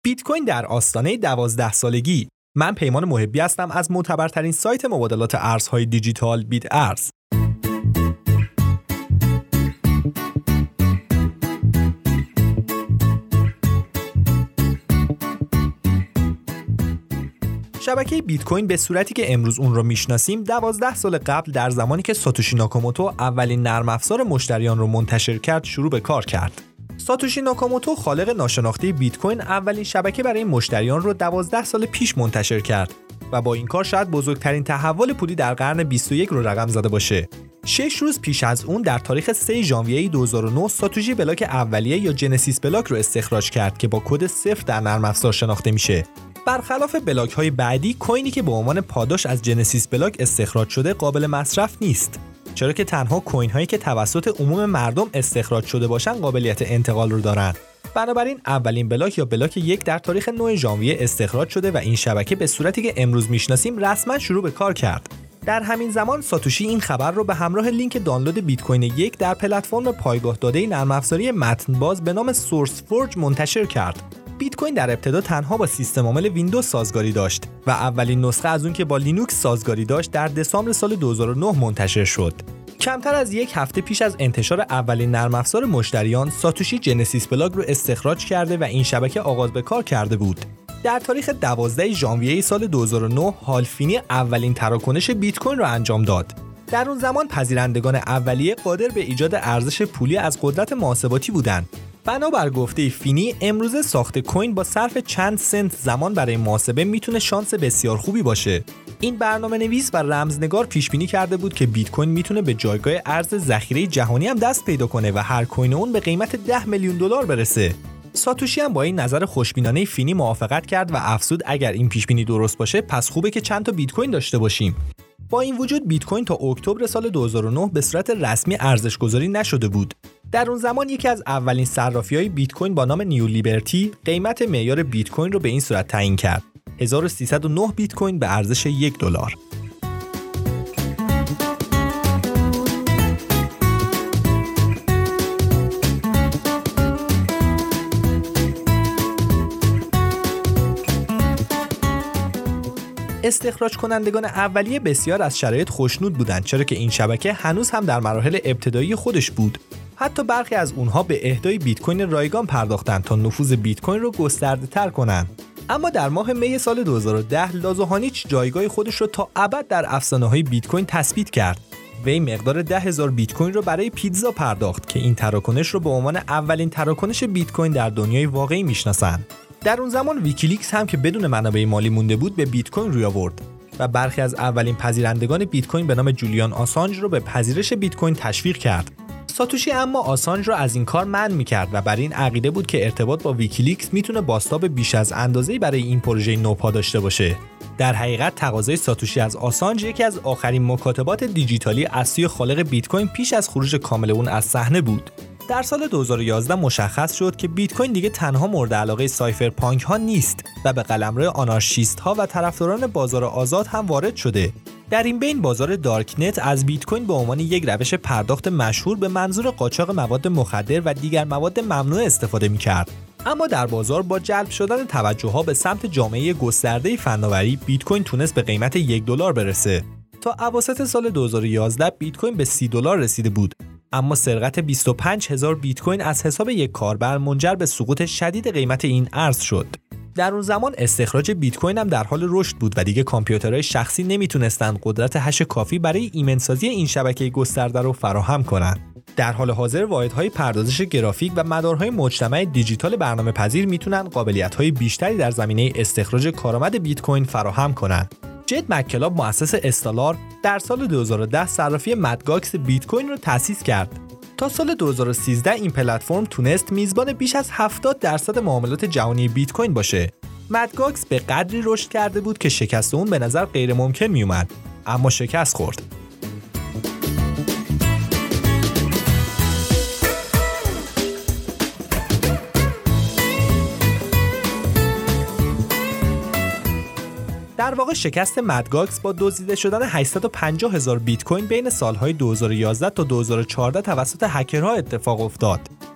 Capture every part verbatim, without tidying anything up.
بیت کوین در آستانه دوازده سالگی. من پیمان محبی هستم از معتبرترین سایت مبادلات ارزهای دیجیتال بیت ارز. شبکه بیت کوین به صورتی که امروز اون رو میشناسیم دوازده سال قبل در زمانی که ساتوشی ناکاموتو اولین نرم افزار مشتریان رو منتشر کرد شروع به کار کرد. ساتوشی ناکاموتو خالق ناشناخته بیت کوین اولین شبکه برای مشتریان رو دوازده سال پیش منتشر کرد و با این کار شاید بزرگترین تحول پولی در قرن بیست و یک رو رقم زده باشه. شش روز پیش از اون در تاریخ سوم ژانویه دو هزار و نه ساتوشی بلاک اولیه یا جنسیس بلاک رو استخراج کرد که با کد صفر در نرم افزار شناخته میشه. برخلاف بلاک های بعدی، کوینی که به عنوان پاداش از جنسیس بلاک استخراج شده قابل مصرف نیست، چرا که تنها کوین هایی که توسط عموم مردم استخراج شده باشن قابلیت انتقال رو دارن. بنابراین اولین بلاک یا بلاک یک در تاریخ نهم ژانویه استخراج شده و این شبکه به صورتی که امروز میشناسیم رسما شروع به کار کرد. در همین زمان ساتوشی این خبر رو به همراه لینک دانلود بیت کوین یک در پلتفرم پایگاه داده نرم افزاری متن باز به نام سورس فورج منتشر کرد. بیت کوین در ابتدا تنها با سیستم عامل ویندوز سازگاری داشت و اولین نسخه از اون که با لینوکس سازگاری داشت در دسامبر سال دو هزار و نه منتشر شد. کمتر از یک هفته پیش از انتشار اولین نرم افزار مشتریان، ساتوشی جنسیس بلاک رو استخراج کرده و این شبکه آغاز به کار کرده بود. در تاریخ دوازده ژانویه سال دو هزار و نه هالفینی اولین تراکنش بیت کوین رو انجام داد. در اون زمان پذیرندگان اولیه قادر به ایجاد ارزش پولی از قدرت محاسباتی بودند. بنابر گفته فینی، امروزه ساخت کوین با صرف چند سنت زمان برای محاسبه میتونه شانس بسیار خوبی باشه. این برنامه‌نویس و رمزنگار پیش بینی کرده بود که بیت کوین میتونه به جایگاه ارز ذخیره جهانی هم دست پیدا کنه و هر کوین اون به قیمت ده میلیون دلار برسه. ساتوشی هم با این نظر خوشبینانه فینی موافقت کرد و افزود اگر این پیش بینی درست باشه پس خوبه که چند تا بیت کوین داشته باشیم. با این وجود بیت کوین تا اکتبر سال دو هزار و نه به صورت رسمی ارزش گذاری نشده بود. در اون زمان یکی از اولین صرافی‌های بیت کوین با نام نیو لیبرتی قیمت معیار بیت کوین رو به این صورت تعیین کرد: هزار و سیصد و نه بیت کوین به ارزش یک دلار. استخراج کنندگان اولیه بسیار از شرایط خوشنود بودند، چرا که این شبکه هنوز هم در مراحل ابتدایی خودش بود. حتی برخی از اونها به اهدای بیت کوین رایگان پرداختند تا نفوذ بیت کوین رو گسترده‌تر کنند. اما در ماه می سال دو هزار و ده لازوهانیچ جایگاه خودش رو تا ابد در افسانه‌های بیت کوین تثبیت کرد. وی مقدار ده هزار بیت کوین رو برای پیتزا پرداخت که این تراکنش رو به عنوان اولین تراکنش بیت کوین در دنیای واقعی میشناسند. در اون زمان ویکیلیکس هم که بدون منابع مالی مونده بود به بیت کوین روی آورد و برخی از اولین پذیرندگان بیت کوین به نام جولیان آسانج رو به پذیرش بیت کوین تشویق کرد. ساتوشی اما آسانج رو از این کار منع می‌کرد و بر این عقیده بود که ارتباط با ویکیلیکس میتونه بازتاب بیش از اندازه‌ای برای این پروژه نوپا داشته باشه. در حقیقت تقاضای ساتوشی از آسانج یکی از آخرین مکاتبات دیجیتالی از سوی خالق بیت کوین پیش از خروج کامل اون از صحنه بود. در سال دو هزار و یازده مشخص شد که بیت کوین دیگه تنها مورد علاقه سایفرپانک ها نیست و به قلمرو آنارشیست ها و طرفداران بازار آزاد هم وارد شده. در این بین بازار دارک نت از بیت کوین به عنوان یک روش پرداخت مشهور به منظور قاچاق مواد مخدر و دیگر مواد ممنوع استفاده می‌کرد. اما در بازار با جلب شدن توجه‌ها به سمت جامعه گسترده فناوری، بیت کوین تونست به قیمت یک دلار برسه. تا اواسط سال دو هزار و یازده بیت کوین به سی دلار رسیده بود. اما سرقت بیست و پنج هزار بیت کوین از حساب یک کاربر منجر به سقوط شدید قیمت این ارز شد. در اون زمان استخراج بیت کوین هم در حال رشد بود و دیگه کامپیوترهای شخصی نمیتونستند قدرت هش کافی برای ایمنسازی این شبکه گسترده رو فراهم کنند. در حال حاضر واحدهای پردازش گرافیک و مدارهای مجتمع دیجیتال برنامه‌پذیر میتونن قابلیت‌های بیشتری در زمینه استخراج کارآمد بیت کوین فراهم کنند. جد مک‌کلاب مؤسس استالار در سال دو هزار و ده صرافی مدگاکس بیت کوین رو تأسیس کرد. تا سال دو هزار و سیزده این پلتفرم تونست میزبان بیش از هفتاد درصد معاملات جهانی بیت کوین باشه. مدگاکس به قدری رشد کرده بود که شکست اون به نظر غیر ممکن می اومد، اما شکست خورد. در واقع شکست مدگاکس با دزدیده شدن هشتصد و پنجاه هزار بیت کوین بین سالهای دو هزار و یازده تا دو هزار و چهارده توسط هکرها اتفاق افتاد.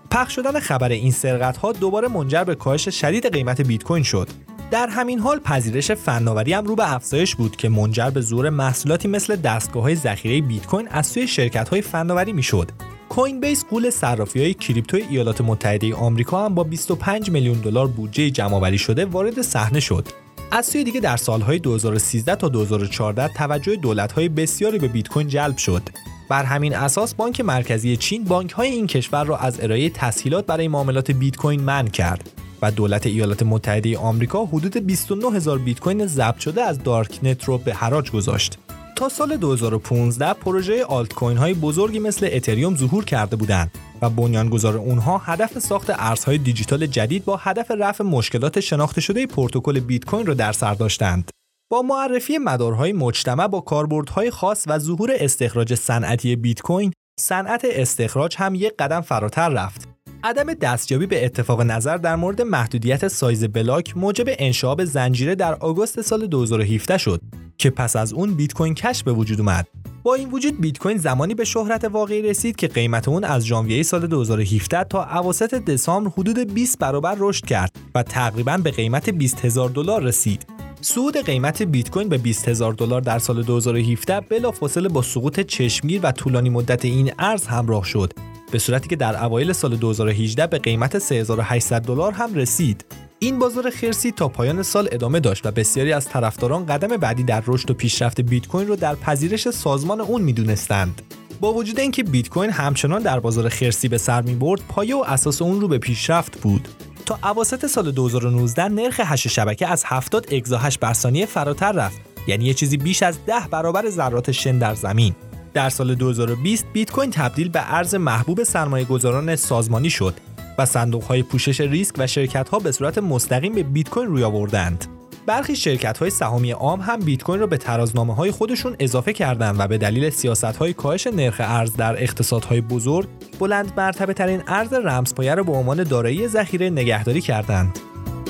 پخش شدن خبر این سرقت‌ها دوباره منجر به کاهش شدید قیمت بیت کوین شد. در همین حال پذیرش فناوری هم رو به افزایش بود که منجر به ظهور محصولاتی مثل دستگاه‌های ذخیره بیت کوین از سوی شرکت‌های فناوری می‌شد. کوین بیس غول صرافی‌های کریپتو ایالات متحده آمریکا هم با بیست و پنج میلیون دلار بودجه جمع‌آوری شده وارد صحنه شد. از سوی دیگه در سال‌های دو هزار و سیزده تا دو هزار و چهارده توجه دولت‌های بسیاری به بیت کوین جلب شد. بر همین اساس بانک مرکزی چین بانک‌های این کشور را از ارائه تسهیلات برای معاملات بیت کوین منع کرد و دولت ایالات متحده آمریکا حدود بیست و نه هزار بیت کوین ضبط شده از دارک نت رو به حراج گذاشت. تا سال دو هزار و پانزده پروژه آلت کوین های بزرگی مثل اتریوم ظهور کرده بودند و بنیانگذار اونها هدف ساخت ارزهای دیجیتال جدید با هدف رفع مشکلات شناخته شده پروتکل بیت کوین را در سر داشتند. با معرفی مدارهای مجتمع با کاربردهای خاص و ظهور استخراج صنعتی بیت کوین، صنعت استخراج هم یک قدم فراتر رفت. عدم دستیابی به اتفاق نظر در مورد محدودیت سایز بلاک موجب انشعاب زنجیره در آگوست سال دو هزار و هفده شد که پس از اون بیت کوین کش به وجود اومد. با این وجود بیت کوین زمانی به شهرت واقعی رسید که قیمت اون از ژانویه سال دو هزار و هفده تا اواسط دسامبر حدود بیست برابر رشد کرد و تقریباً به قیمت بیست هزار دلار رسید. صعود قیمت بیت کوین به بیست هزار دلار در سال دو هزار و هفده بلافاصله با سقوط چشمگیر و طولانی مدت این ارز همراه شد، به صورتی که در اوایل سال دو هزار و هجده به قیمت سه هزار و هشتصد دلار هم رسید. این بازار خرسی تا پایان سال ادامه داشت و بسیاری از طرفداران قدم بعدی در رشد و پیشرفت بیت کوین رو در پذیرش سازمان اون میدونستند. با وجود اینکه بیت کوین همچنان در بازار خرسی به سر میبرد، پایه و اساس اون رو به پیشرفت بود. تا اواسط سال دو هزار و نوزده نرخ هش شبکه از هفتاد اگزاهش بر ثانیه فراتر رفت، یعنی یه چیزی بیش از ده برابر ذرات شن در زمین. در سال دو هزار و بیست بیت کوین تبدیل به ارز محبوب سرمایه‌گذاران سازمانی شد و صندوق‌های پوشش ریسک و شرکت‌ها به صورت مستقیم به بیت کوین روی آوردند. برخی شرکت‌های سهامی عام هم بیت کوین را به ترازنامه‌های خودشون اضافه کردند و به دلیل سیاست‌های کاهش نرخ ارز در اقتصادهای بزرگ، بلند مرتبه‌ترین ارز رمزپایه را به عنوان دارایی ذخیره نگهداری کردند.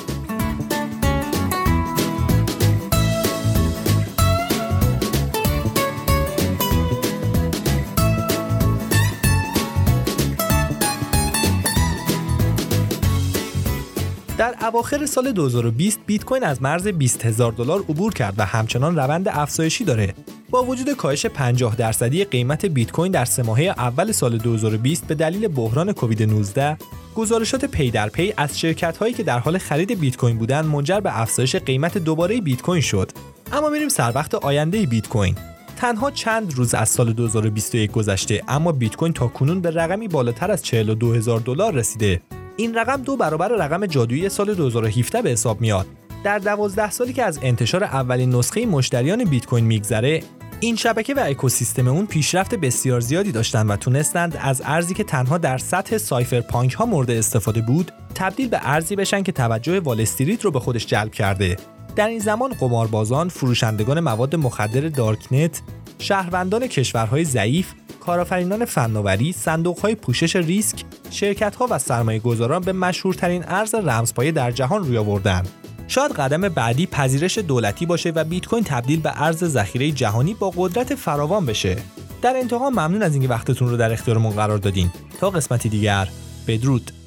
در اواخر سال دو هزار و بیست بیت کوین از مرز بیست هزار دلار عبور کرد و همچنان روند افزایشی داره. با وجود کاهش پنجاه درصدی قیمت بیت کوین در سه ماهه اول سال دو هزار و بیست به دلیل بحران کووید نوزده، گزارشات پی در پی از شرکت‌هایی که در حال خرید بیت کوین بودند منجر به افزایش قیمت دوباره بیت کوین شد. اما میریم سر وقت آینده بیت کوین. تنها چند روز از سال دو هزار و بیست و یک گذشته، اما بیت کوین تاکنون به رقمی بالاتر از چهل و دو هزار دلار رسیده. این رقم دو برابر رقم جادویی سال دو هزار و هفده به حساب میاد. در دوازده سالی که از انتشار اولین نسخه مشتریان بیت کوین میگذره، این شبکه و اکوسیستم اون پیشرفت بسیار زیادی داشتن و تونستند از ارزی که تنها در سطح سایفر پانک ها مورد استفاده بود، تبدیل به ارزی بشن که توجه وال استریت رو به خودش جلب کرده. در این زمان قماربازان، فروشندگان مواد مخدر دارک نت، شهروندان کشورهای ضعیف، کارآفرینان فناوری، صندوق‌های پوشش ریسک، شرکت‌ها و سرمایه‌گذاران به مشهورترین ارز رمزپایه در جهان روی آوردند. شاید قدم بعدی پذیرش دولتی باشه و بیت کوین تبدیل به ارز ذخیره جهانی با قدرت فراوان بشه. در انتها ممنون از اینکه وقتتون رو در اختیارمون قرار دادین. تا قسمتی دیگر، بدرود.